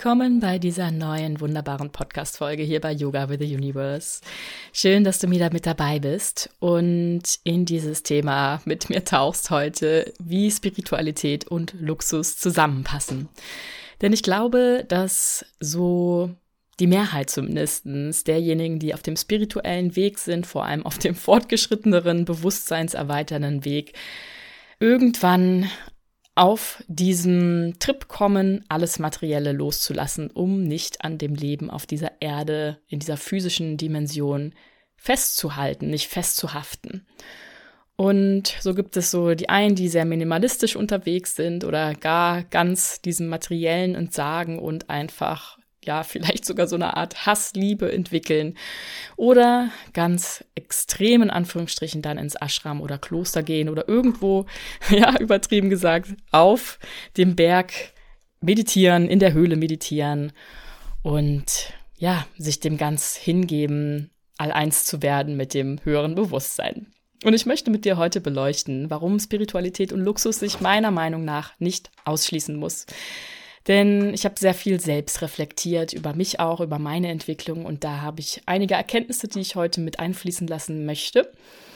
Willkommen bei dieser neuen, wunderbaren Podcast-Folge hier bei Yoga with the Universe. Schön, dass du wieder mit dabei bist und in dieses Thema mit mir tauchst heute, wie Spiritualität und Luxus zusammenpassen. Denn ich glaube, dass so die Mehrheit zumindestens derjenigen, die auf dem spirituellen Weg sind, vor allem auf dem fortgeschritteneren, bewusstseinserweiternden Weg, irgendwann auf diesem Trip kommen, alles Materielle loszulassen, um nicht an dem Leben auf dieser Erde, in dieser physischen Dimension festzuhalten, nicht festzuhaften. Und so gibt es so die einen, die sehr minimalistisch unterwegs sind oder gar ganz diesem Materiellen entsagen und einfach vielleicht sogar so eine Art Hassliebe entwickeln oder ganz extrem in Anführungsstrichen dann ins Ashram oder Kloster gehen oder irgendwo, übertrieben gesagt, auf dem Berg meditieren, in der Höhle meditieren und sich dem ganz hingeben, all-eins zu werden mit dem höheren Bewusstsein. Und ich möchte mit dir heute beleuchten, warum Spiritualität und Luxus sich meiner Meinung nach nicht ausschließen muss. Denn ich habe sehr viel selbst reflektiert, über mich auch, über meine Entwicklung. Und da habe ich einige Erkenntnisse, die ich heute mit einfließen lassen möchte,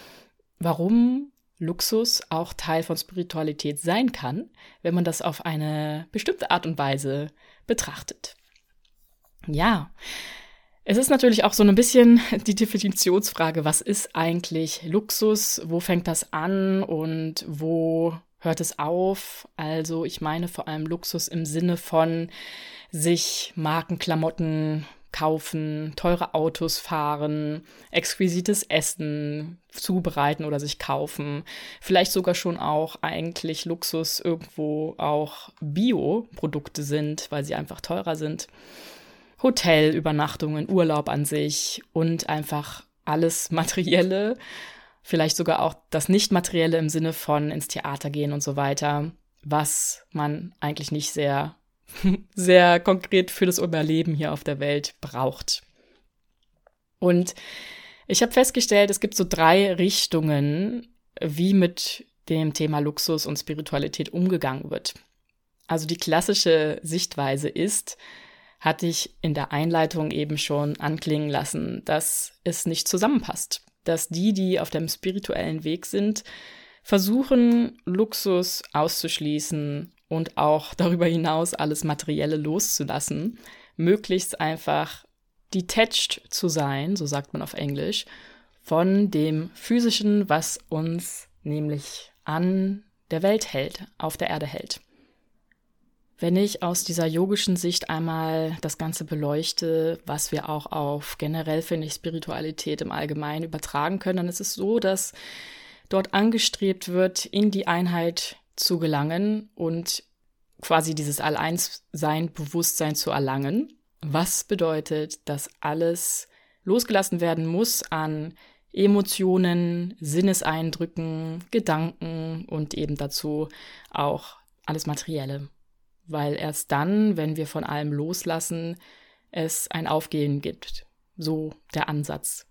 warum Luxus auch Teil von Spiritualität sein kann, wenn man das auf eine bestimmte Art und Weise betrachtet. Ja, es ist natürlich auch so ein bisschen die Definitionsfrage, was ist eigentlich Luxus, wo fängt das an und wo hört es auf? Also ich meine vor allem Luxus im Sinne von sich Markenklamotten kaufen, teure Autos fahren, exquisites Essen zubereiten oder sich kaufen. Vielleicht sogar schon auch eigentlich Luxus irgendwo auch Bioprodukte sind, weil sie einfach teurer sind. Hotelübernachtungen, Urlaub an sich und einfach alles Materielle, vielleicht sogar auch das Nicht-Materielle im Sinne von ins Theater gehen und so weiter, was man eigentlich nicht sehr, sehr konkret für das Überleben hier auf der Welt braucht. Und ich habe festgestellt, es gibt so 3 Richtungen, wie mit dem Thema Luxus und Spiritualität umgegangen wird. Also die klassische Sichtweise ist, hatte ich in der Einleitung eben schon anklingen lassen, dass es nicht zusammenpasst. Dass die auf dem spirituellen Weg sind, versuchen, Luxus auszuschließen und auch darüber hinaus alles Materielle loszulassen, möglichst einfach detached zu sein, so sagt man auf Englisch, von dem Physischen, was uns nämlich an der Welt hält, auf der Erde hält. Wenn ich aus dieser yogischen Sicht einmal das Ganze beleuchte, was wir auch auf generell, finde ich, Spiritualität im Allgemeinen übertragen können, dann ist es so, dass dort angestrebt wird, in die Einheit zu gelangen und quasi dieses All-Eins-Sein, Bewusstsein zu erlangen. Was bedeutet, dass alles losgelassen werden muss an Emotionen, Sinneseindrücken, Gedanken und eben dazu auch alles Materielle. Weil erst dann, wenn wir von allem loslassen, es ein Aufgehen gibt. So der Ansatz.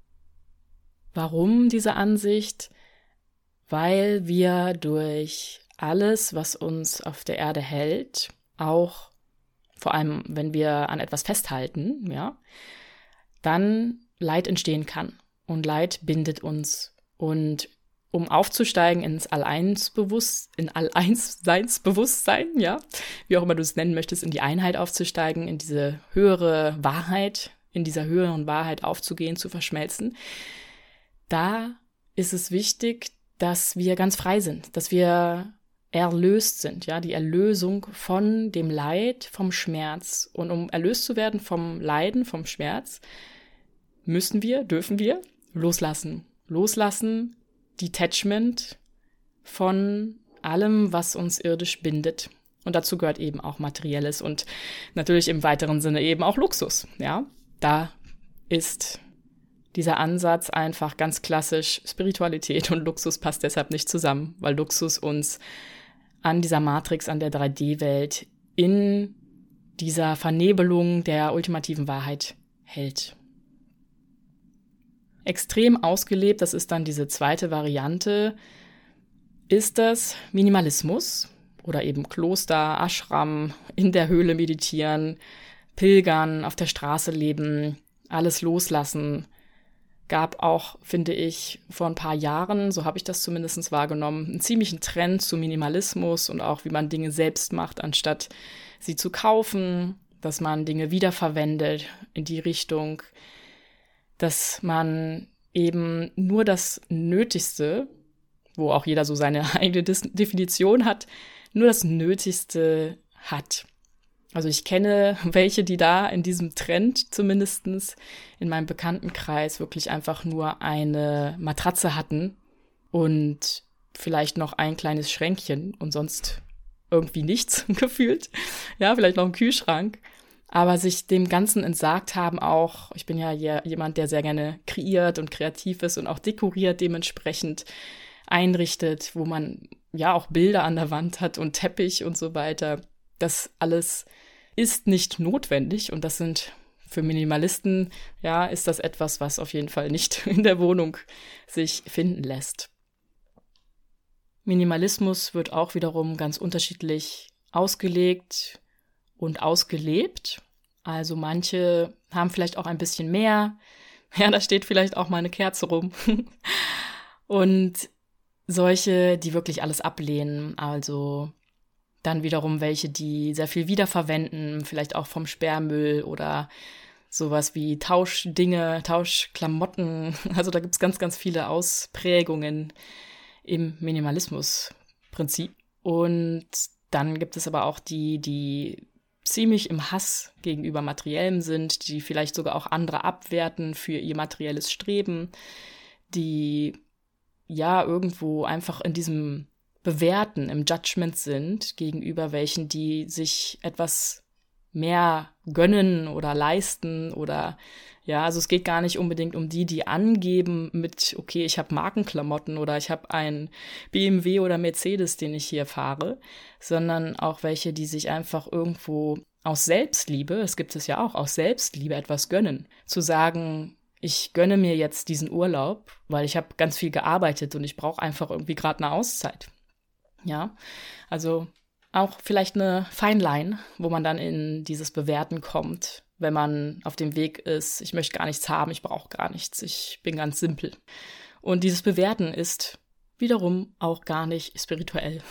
Warum diese Ansicht? Weil wir durch alles, was uns auf der Erde hält, auch vor allem, wenn wir an etwas festhalten, dann Leid entstehen kann. Und Leid bindet uns. Und um aufzusteigen ins All-Eins-Seinsbewusstsein, wie auch immer du es nennen möchtest, in die Einheit aufzusteigen, in diese höhere Wahrheit, in dieser höheren Wahrheit aufzugehen, zu verschmelzen, da ist es wichtig, dass wir ganz frei sind, dass wir erlöst sind, die Erlösung von dem Leid, vom Schmerz. Und um erlöst zu werden vom Leiden, vom Schmerz, dürfen wir loslassen. Loslassen, Detachment von allem, was uns irdisch bindet. Und dazu gehört eben auch Materielles und natürlich im weiteren Sinne eben auch Luxus. Da ist dieser Ansatz einfach ganz klassisch. Spiritualität und Luxus passt deshalb nicht zusammen, weil Luxus uns an dieser Matrix, an der 3D-Welt in dieser Vernebelung der ultimativen Wahrheit hält. Extrem ausgelebt, das ist dann diese zweite Variante, ist das Minimalismus, oder eben Kloster, Ashram, in der Höhle meditieren, pilgern, auf der Straße leben, alles loslassen. Gab auch, finde ich, vor ein paar Jahren, so habe ich das zumindest wahrgenommen, einen ziemlichen Trend zu Minimalismus und auch, wie man Dinge selbst macht, anstatt sie zu kaufen, dass man Dinge wiederverwendet in die Richtung, dass man eben nur das Nötigste, wo auch jeder so seine eigene Definition hat, nur das Nötigste hat. Also ich kenne welche, die da in diesem Trend zumindest in meinem Bekanntenkreis wirklich einfach nur eine Matratze hatten und vielleicht noch ein kleines Schränkchen und sonst irgendwie nichts gefühlt. Ja, vielleicht noch ein Kühlschrank. Aber sich dem Ganzen entsagt haben auch, ich bin ja jemand, der sehr gerne kreiert und kreativ ist und auch dekoriert, dementsprechend einrichtet, wo man ja auch Bilder an der Wand hat und Teppich und so weiter. Das alles ist nicht notwendig und das sind für Minimalisten, ja, ist das etwas, was auf jeden Fall nicht in der Wohnung sich finden lässt. Minimalismus wird auch wiederum ganz unterschiedlich ausgelegt und ausgelebt. Also manche haben vielleicht auch ein bisschen mehr. Ja, da steht vielleicht auch mal eine Kerze rum. Und solche, die wirklich alles ablehnen, also dann wiederum welche, die sehr viel wiederverwenden, vielleicht auch vom Sperrmüll oder sowas wie Tauschdinge, Tauschklamotten. Also da gibt's ganz, ganz viele Ausprägungen im Minimalismusprinzip. Und dann gibt es aber auch die ziemlich im Hass gegenüber Materiellem sind, die vielleicht sogar auch andere abwerten für ihr materielles Streben, die ja irgendwo einfach in diesem Bewerten, im Judgment sind gegenüber welchen, die sich etwas mehr gönnen oder leisten oder ja, also es geht gar nicht unbedingt um die angeben mit, okay, ich habe Markenklamotten oder ich habe einen BMW oder Mercedes, den ich hier fahre, sondern auch welche, die sich einfach irgendwo aus Selbstliebe, es gibt es ja auch, aus Selbstliebe etwas gönnen. Zu sagen, ich gönne mir jetzt diesen Urlaub, weil ich habe ganz viel gearbeitet und ich brauche einfach irgendwie gerade eine Auszeit. Ja, also auch vielleicht eine Feinline, wo man dann in dieses Bewerten kommt, wenn man auf dem Weg ist, ich möchte gar nichts haben, ich brauche gar nichts, ich bin ganz simpel. Und dieses Bewerten ist wiederum auch gar nicht spirituell.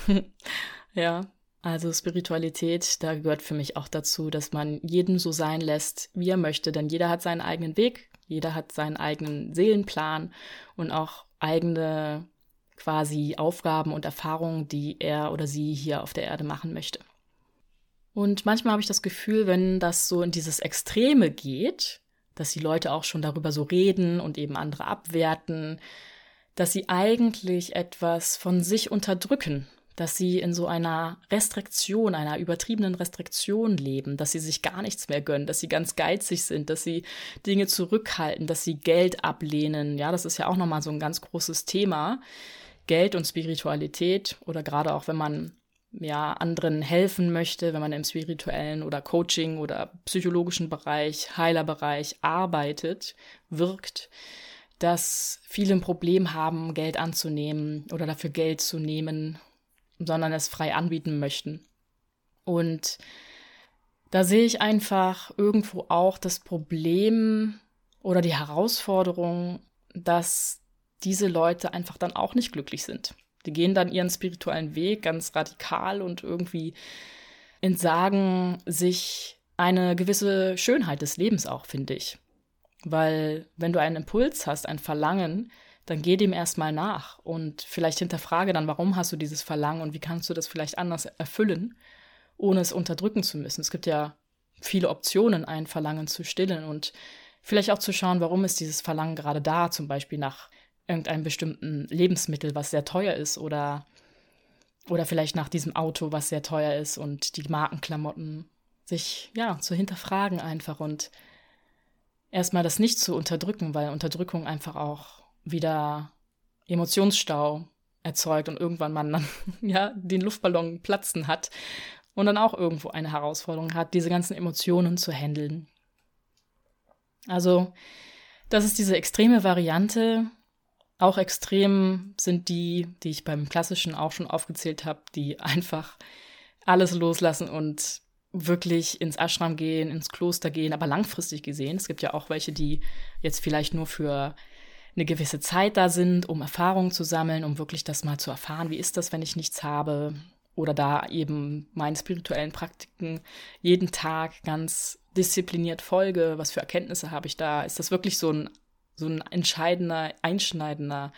Ja, also Spiritualität, da gehört für mich auch dazu, dass man jeden so sein lässt, wie er möchte, denn jeder hat seinen eigenen Weg, jeder hat seinen eigenen Seelenplan und auch eigene quasi Aufgaben und Erfahrungen, die er oder sie hier auf der Erde machen möchte. Und manchmal habe ich das Gefühl, wenn das so in dieses Extreme geht, dass die Leute auch schon darüber so reden und eben andere abwerten, dass sie eigentlich etwas von sich unterdrücken, dass sie in so einer Restriktion, einer übertriebenen Restriktion leben, dass sie sich gar nichts mehr gönnen, dass sie ganz geizig sind, dass sie Dinge zurückhalten, dass sie Geld ablehnen. Ja, das ist ja auch nochmal so ein ganz großes Thema. Geld und Spiritualität oder gerade auch, wenn man ja anderen helfen möchte, wenn man im spirituellen oder Coaching oder psychologischen Bereich, Heilerbereich arbeitet, wirkt, dass viele ein Problem haben, Geld anzunehmen oder dafür Geld zu nehmen, sondern es frei anbieten möchten. Und da sehe ich einfach irgendwo auch das Problem oder die Herausforderung, dass diese Leute einfach dann auch nicht glücklich sind. Die gehen dann ihren spirituellen Weg ganz radikal und irgendwie entsagen sich eine gewisse Schönheit des Lebens auch, finde ich. Weil wenn du einen Impuls hast, ein Verlangen, dann geh dem erstmal nach und vielleicht hinterfrage dann, warum hast du dieses Verlangen und wie kannst du das vielleicht anders erfüllen, ohne es unterdrücken zu müssen. Es gibt ja viele Optionen, ein Verlangen zu stillen und vielleicht auch zu schauen, warum ist dieses Verlangen gerade da, zum Beispiel nach irgendeinem bestimmten Lebensmittel, was sehr teuer ist oder vielleicht nach diesem Auto, was sehr teuer ist und die Markenklamotten, sich ja zu hinterfragen einfach und erstmal das nicht zu unterdrücken, weil Unterdrückung einfach auch wieder Emotionsstau erzeugt und irgendwann man dann ja den Luftballon platzen hat und dann auch irgendwo eine Herausforderung hat, diese ganzen Emotionen zu handeln. Also das ist diese extreme Variante, Auch extrem sind die ich beim Klassischen auch schon aufgezählt habe, die einfach alles loslassen und wirklich ins Ashram gehen, ins Kloster gehen, aber langfristig gesehen. Es gibt ja auch welche, die jetzt vielleicht nur für eine gewisse Zeit da sind, um Erfahrungen zu sammeln, um wirklich das mal zu erfahren, wie ist das, wenn ich nichts habe, oder da eben meinen spirituellen Praktiken jeden Tag ganz diszipliniert folge, was für Erkenntnisse habe ich da, ist das wirklich so ein einschneidende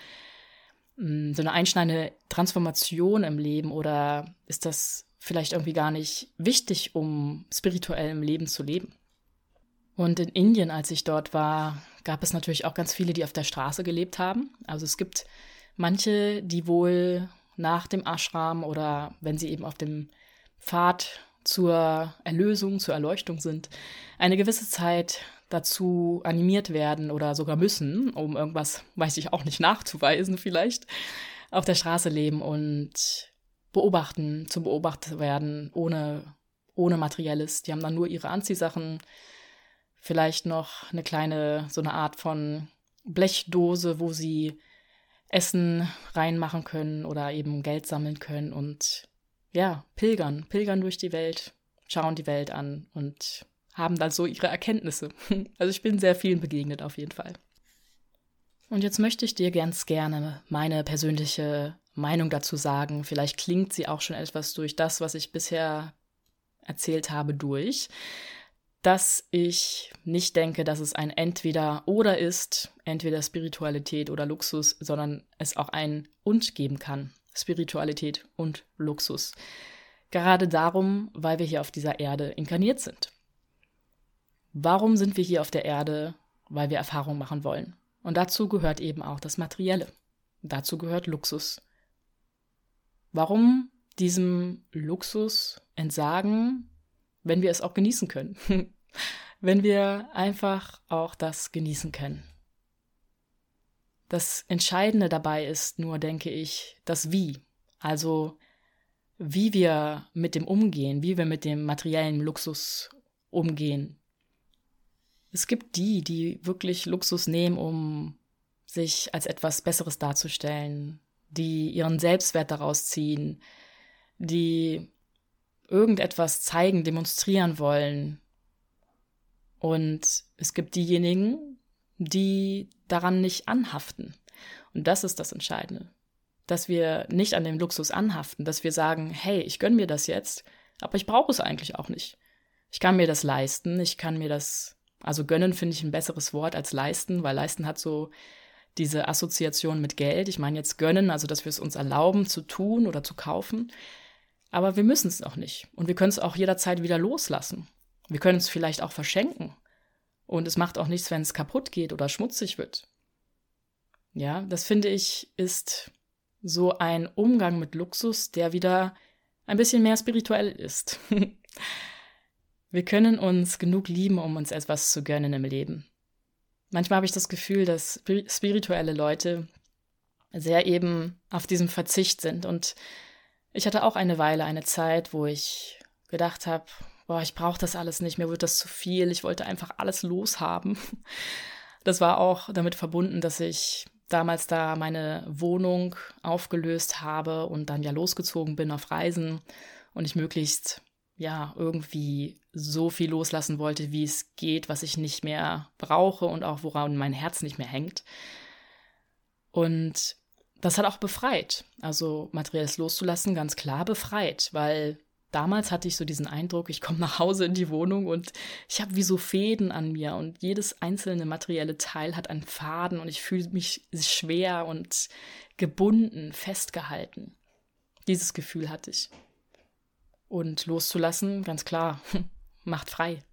Transformation im Leben, oder ist das vielleicht irgendwie gar nicht wichtig, um spirituell im Leben zu leben? Und in Indien, als ich dort war, gab es natürlich auch ganz viele, die auf der Straße gelebt haben. Also es gibt manche, die wohl nach dem Ashram oder wenn sie eben auf dem Pfad zur Erlösung, zur Erleuchtung sind, eine gewisse Zeit dazu animiert werden oder sogar müssen, um irgendwas, weiß ich auch nicht, nachzuweisen vielleicht, auf der Straße leben und zum Beobachter werden, ohne Materielles. Die haben dann nur ihre Anziehsachen, vielleicht noch eine kleine, so eine Art von Blechdose, wo sie Essen reinmachen können oder eben Geld sammeln können und ja, pilgern durch die Welt, schauen die Welt an und haben dann so ihre Erkenntnisse. Also ich bin sehr vielen begegnet auf jeden Fall. Und jetzt möchte ich dir ganz gerne meine persönliche Meinung dazu sagen. Vielleicht klingt sie auch schon etwas durch das, was ich bisher erzählt habe, durch. Dass ich nicht denke, dass es ein Entweder-Oder ist, entweder Spiritualität oder Luxus, sondern es auch ein Und geben kann. Spiritualität und Luxus. Gerade darum, weil wir hier auf dieser Erde inkarniert sind. Warum sind wir hier auf der Erde? Weil wir Erfahrung machen wollen. Und dazu gehört eben auch das Materielle. Dazu gehört Luxus. Warum diesem Luxus entsagen, wenn wir es auch genießen können? Wenn wir einfach auch das genießen können. Das Entscheidende dabei ist nur, denke ich, das Wie. Also wie wir mit dem umgehen, wie wir mit dem materiellen Luxus umgehen. Es gibt die wirklich Luxus nehmen, um sich als etwas Besseres darzustellen, die ihren Selbstwert daraus ziehen, die irgendetwas zeigen, demonstrieren wollen. Und es gibt diejenigen, die daran nicht anhaften. Und das ist das Entscheidende. Dass wir nicht an dem Luxus anhaften, dass wir sagen, hey, ich gönne mir das jetzt, aber ich brauche es eigentlich auch nicht. Ich kann mir das leisten, also gönnen finde ich ein besseres Wort als leisten, weil leisten hat so diese Assoziation mit Geld. Ich meine jetzt gönnen, also dass wir es uns erlauben zu tun oder zu kaufen. Aber wir müssen es auch nicht. Und wir können es auch jederzeit wieder loslassen. Wir können es vielleicht auch verschenken. Und es macht auch nichts, wenn es kaputt geht oder schmutzig wird. Ja, das finde ich, ist so ein Umgang mit Luxus, der wieder ein bisschen mehr spirituell ist. Wir können uns genug lieben, um uns etwas zu gönnen im Leben. Manchmal habe ich das Gefühl, dass spirituelle Leute sehr eben auf diesem Verzicht sind. Und ich hatte auch eine Zeit, wo ich gedacht habe, ich brauche das alles nicht, mir wird das zu viel, ich wollte einfach alles loshaben. Das war auch damit verbunden, dass ich damals da meine Wohnung aufgelöst habe und dann ja losgezogen bin auf Reisen und ich möglichst irgendwie so viel loslassen wollte, wie es geht, was ich nicht mehr brauche und auch woran mein Herz nicht mehr hängt. Und das hat auch befreit. Also materielles loszulassen, ganz klar befreit, weil damals hatte ich so diesen Eindruck, ich komme nach Hause in die Wohnung und ich habe wie so Fäden an mir und jedes einzelne materielle Teil hat einen Faden und ich fühle mich schwer und gebunden, festgehalten. Dieses Gefühl hatte ich. Und loszulassen, ganz klar, macht frei.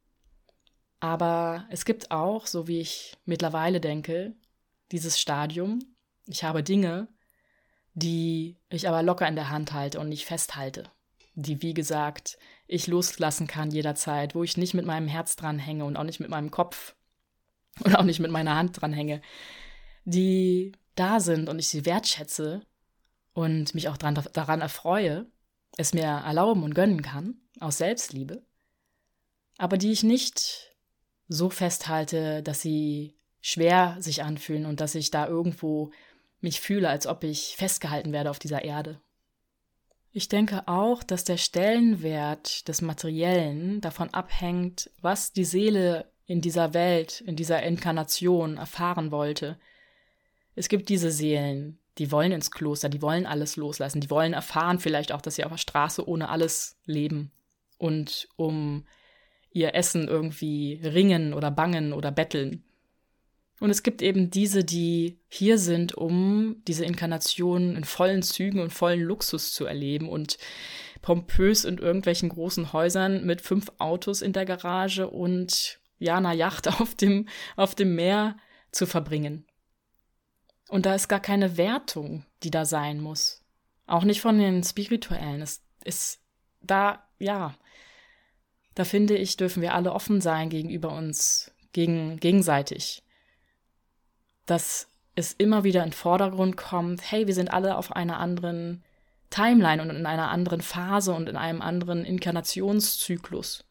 Aber es gibt auch, so wie ich mittlerweile denke, dieses Stadium, ich habe Dinge, die ich aber locker in der Hand halte und nicht festhalte. Die, wie gesagt, ich loslassen kann jederzeit, wo ich nicht mit meinem Herz dranhänge und auch nicht mit meinem Kopf und auch nicht mit meiner Hand dranhänge, die da sind und ich sie wertschätze und mich auch daran erfreue, es mir erlauben und gönnen kann, aus Selbstliebe, aber die ich nicht so festhalte, dass sie schwer sich anfühlen und dass ich da irgendwo mich fühle, als ob ich festgehalten werde auf dieser Erde. Ich denke auch, dass der Stellenwert des Materiellen davon abhängt, was die Seele in dieser Welt, in dieser Inkarnation erfahren wollte. Es gibt diese Seelen, die wollen ins Kloster, die wollen alles loslassen, die wollen erfahren vielleicht auch, dass sie auf der Straße ohne alles leben und um ihr Essen irgendwie ringen oder bangen oder betteln. Und es gibt eben diese, die hier sind, um diese Inkarnation in vollen Zügen und vollen Luxus zu erleben und pompös in irgendwelchen großen Häusern mit 5 Autos in der Garage und einer Yacht auf dem Meer zu verbringen. Und da ist gar keine Wertung, die da sein muss. Auch nicht von den Spirituellen. Es ist da, da finde ich, dürfen wir alle offen sein gegenüber uns, gegenseitig. Dass es immer wieder in den Vordergrund kommt, hey, wir sind alle auf einer anderen Timeline und in einer anderen Phase und in einem anderen Inkarnationszyklus.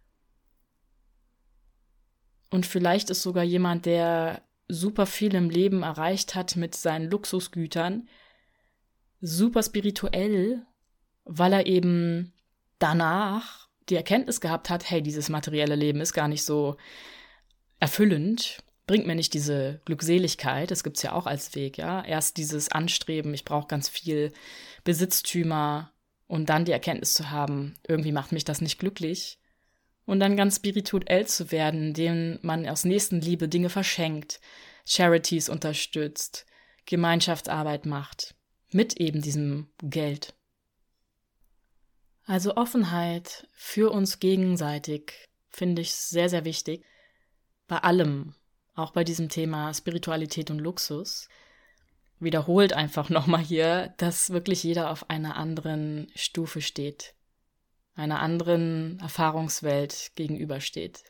Und vielleicht ist sogar jemand, der super viel im Leben erreicht hat mit seinen Luxusgütern, super spirituell, weil er eben danach die Erkenntnis gehabt hat, hey, dieses materielle Leben ist gar nicht so erfüllend, bringt mir nicht diese Glückseligkeit, das gibt's ja auch als Weg, ja. Erst dieses Anstreben, ich brauche ganz viel Besitztümer und dann die Erkenntnis zu haben, irgendwie macht mich das nicht glücklich. Und dann ganz spirituell zu werden, indem man aus Nächstenliebe Dinge verschenkt, Charities unterstützt, Gemeinschaftsarbeit macht, mit eben diesem Geld. Also Offenheit für uns gegenseitig finde ich sehr, sehr wichtig. Bei allem, auch bei diesem Thema Spiritualität und Luxus, wiederholt einfach nochmal hier, dass wirklich jeder auf einer anderen Stufe steht, einer anderen Erfahrungswelt gegenübersteht.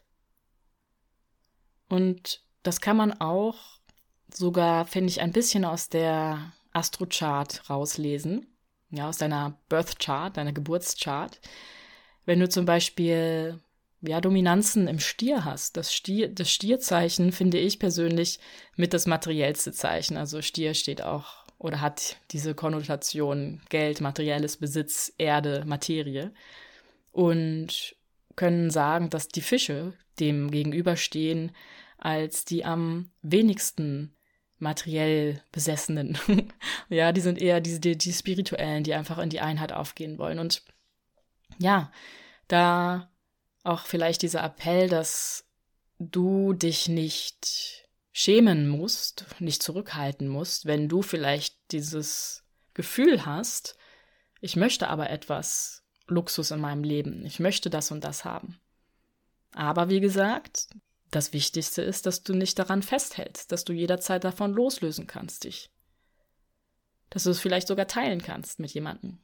Und das kann man auch sogar, finde ich, ein bisschen aus der Astrochart rauslesen, ja, aus deiner Birth Chart, deiner Geburtschart. Wenn du zum Beispiel Dominanzen im Stier hast, das Stierzeichen finde ich persönlich mit das materiellste Zeichen. Also Stier steht auch oder hat diese Konnotation Geld, materielles Besitz, Erde, Materie. Und können sagen, dass die Fische dem gegenüberstehen als die am wenigsten materiell Besessenen. Ja, die sind eher die Spirituellen, die einfach in die Einheit aufgehen wollen. Und ja, da auch vielleicht dieser Appell, dass du dich nicht schämen musst, nicht zurückhalten musst, wenn du vielleicht dieses Gefühl hast, ich möchte aber etwas Luxus in meinem Leben, ich möchte das und das haben. Aber wie gesagt, das Wichtigste ist, dass du nicht daran festhältst, dass du jederzeit davon loslösen kannst, dass du es vielleicht sogar teilen kannst mit jemandem.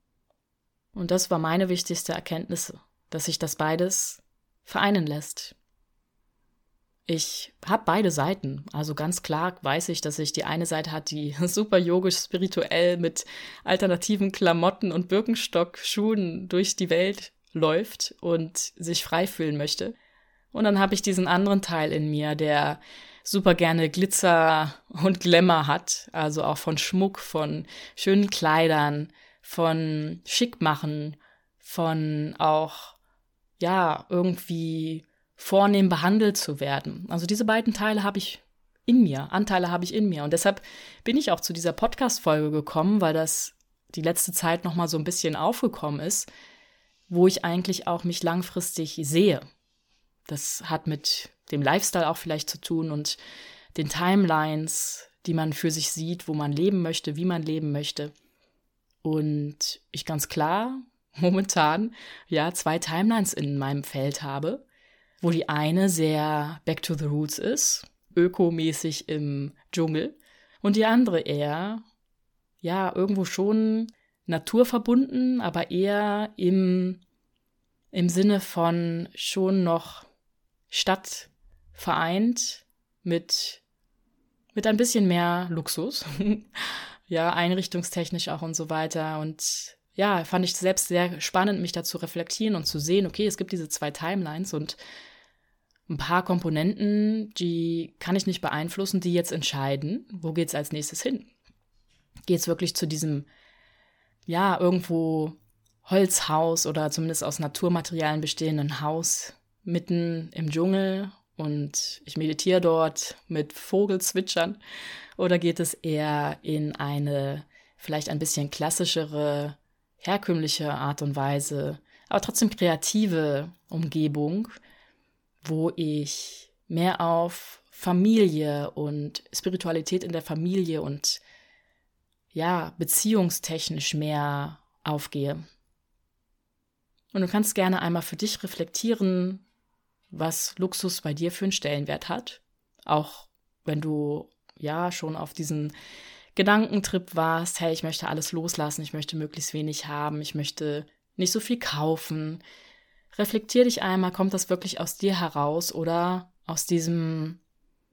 Und das war meine wichtigste Erkenntnis, dass sich das beides vereinen lässt. Ich habe beide Seiten, also ganz klar weiß ich, dass ich die eine Seite hat, die super yogisch, spirituell mit alternativen Klamotten und Birkenstock-Schuhen durch die Welt läuft und sich frei fühlen möchte. Und dann habe ich diesen anderen Teil in mir, der super gerne Glitzer und Glamour hat, also auch von Schmuck, von schönen Kleidern, von Schickmachen, von auch, irgendwie vornehm behandelt zu werden. Also diese beiden Teile habe ich in mir, Anteile habe ich in mir. Und deshalb bin ich auch zu dieser Podcast-Folge gekommen, weil das die letzte Zeit noch mal so ein bisschen aufgekommen ist, wo ich eigentlich auch mich langfristig sehe. Das hat mit dem Lifestyle auch vielleicht zu tun und den Timelines, die man für sich sieht, wo man leben möchte, wie man leben möchte. Und ich ganz klar momentan 2 Timelines in meinem Feld habe, wo die eine sehr back to the roots ist, ökomäßig im Dschungel, und die andere eher, irgendwo schon naturverbunden, aber eher im Sinne von schon noch Stadt vereint mit ein bisschen mehr Luxus, einrichtungstechnisch auch und so weiter. Und fand ich selbst sehr spannend, mich dazu reflektieren und zu sehen, okay, es gibt diese 2 Timelines und ein paar Komponenten, die kann ich nicht beeinflussen, die jetzt entscheiden, wo geht's als nächstes hin? Geht's wirklich zu diesem, ja, irgendwo Holzhaus oder zumindest aus Naturmaterialien bestehenden Haus mitten im Dschungel und ich meditiere dort mit Vogelzwitschern? Oder geht es eher in eine vielleicht ein bisschen klassischere, herkömmliche Art und Weise, aber trotzdem kreative Umgebung, wo ich mehr auf Familie und Spiritualität in der Familie und ja, beziehungstechnisch mehr aufgehe? Und du kannst gerne einmal für dich reflektieren, was Luxus bei dir für einen Stellenwert hat. Auch wenn du ja schon auf diesen Gedankentrip warst, hey, ich möchte alles loslassen, ich möchte möglichst wenig haben, ich möchte nicht so viel kaufen. Reflektier dich einmal, kommt das wirklich aus dir heraus oder aus diesem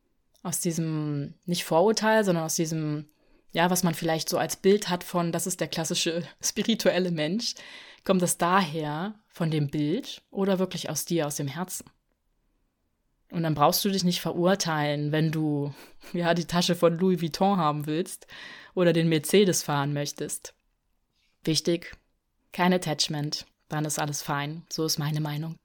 nicht Vorurteil, sondern aus diesem, ja, was man vielleicht so als Bild hat von, das ist der klassische spirituelle Mensch. Kommt das daher von dem Bild oder wirklich aus dir, aus dem Herzen? Und dann brauchst du dich nicht verurteilen, wenn du ja die Tasche von Louis Vuitton haben willst oder den Mercedes fahren möchtest. Wichtig, kein Attachment, dann ist alles fein. So ist meine Meinung.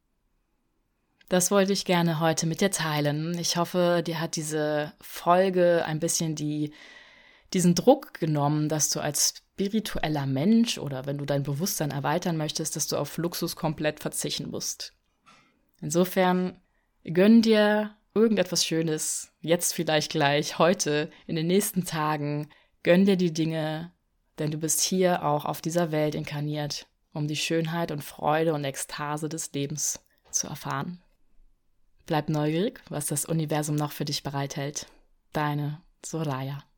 Das wollte ich gerne heute mit dir teilen. Ich hoffe, dir hat diese Folge ein bisschen diesen Druck genommen, dass du als spiritueller Mensch oder wenn du dein Bewusstsein erweitern möchtest, dass du auf Luxus komplett verzichten musst. Insofern gönn dir irgendetwas Schönes, jetzt vielleicht gleich, heute, in den nächsten Tagen. Gönn dir die Dinge, denn du bist hier auch auf dieser Welt inkarniert, um die Schönheit und Freude und Ekstase des Lebens zu erfahren. Bleib neugierig, was das Universum noch für dich bereithält. Deine Soraya.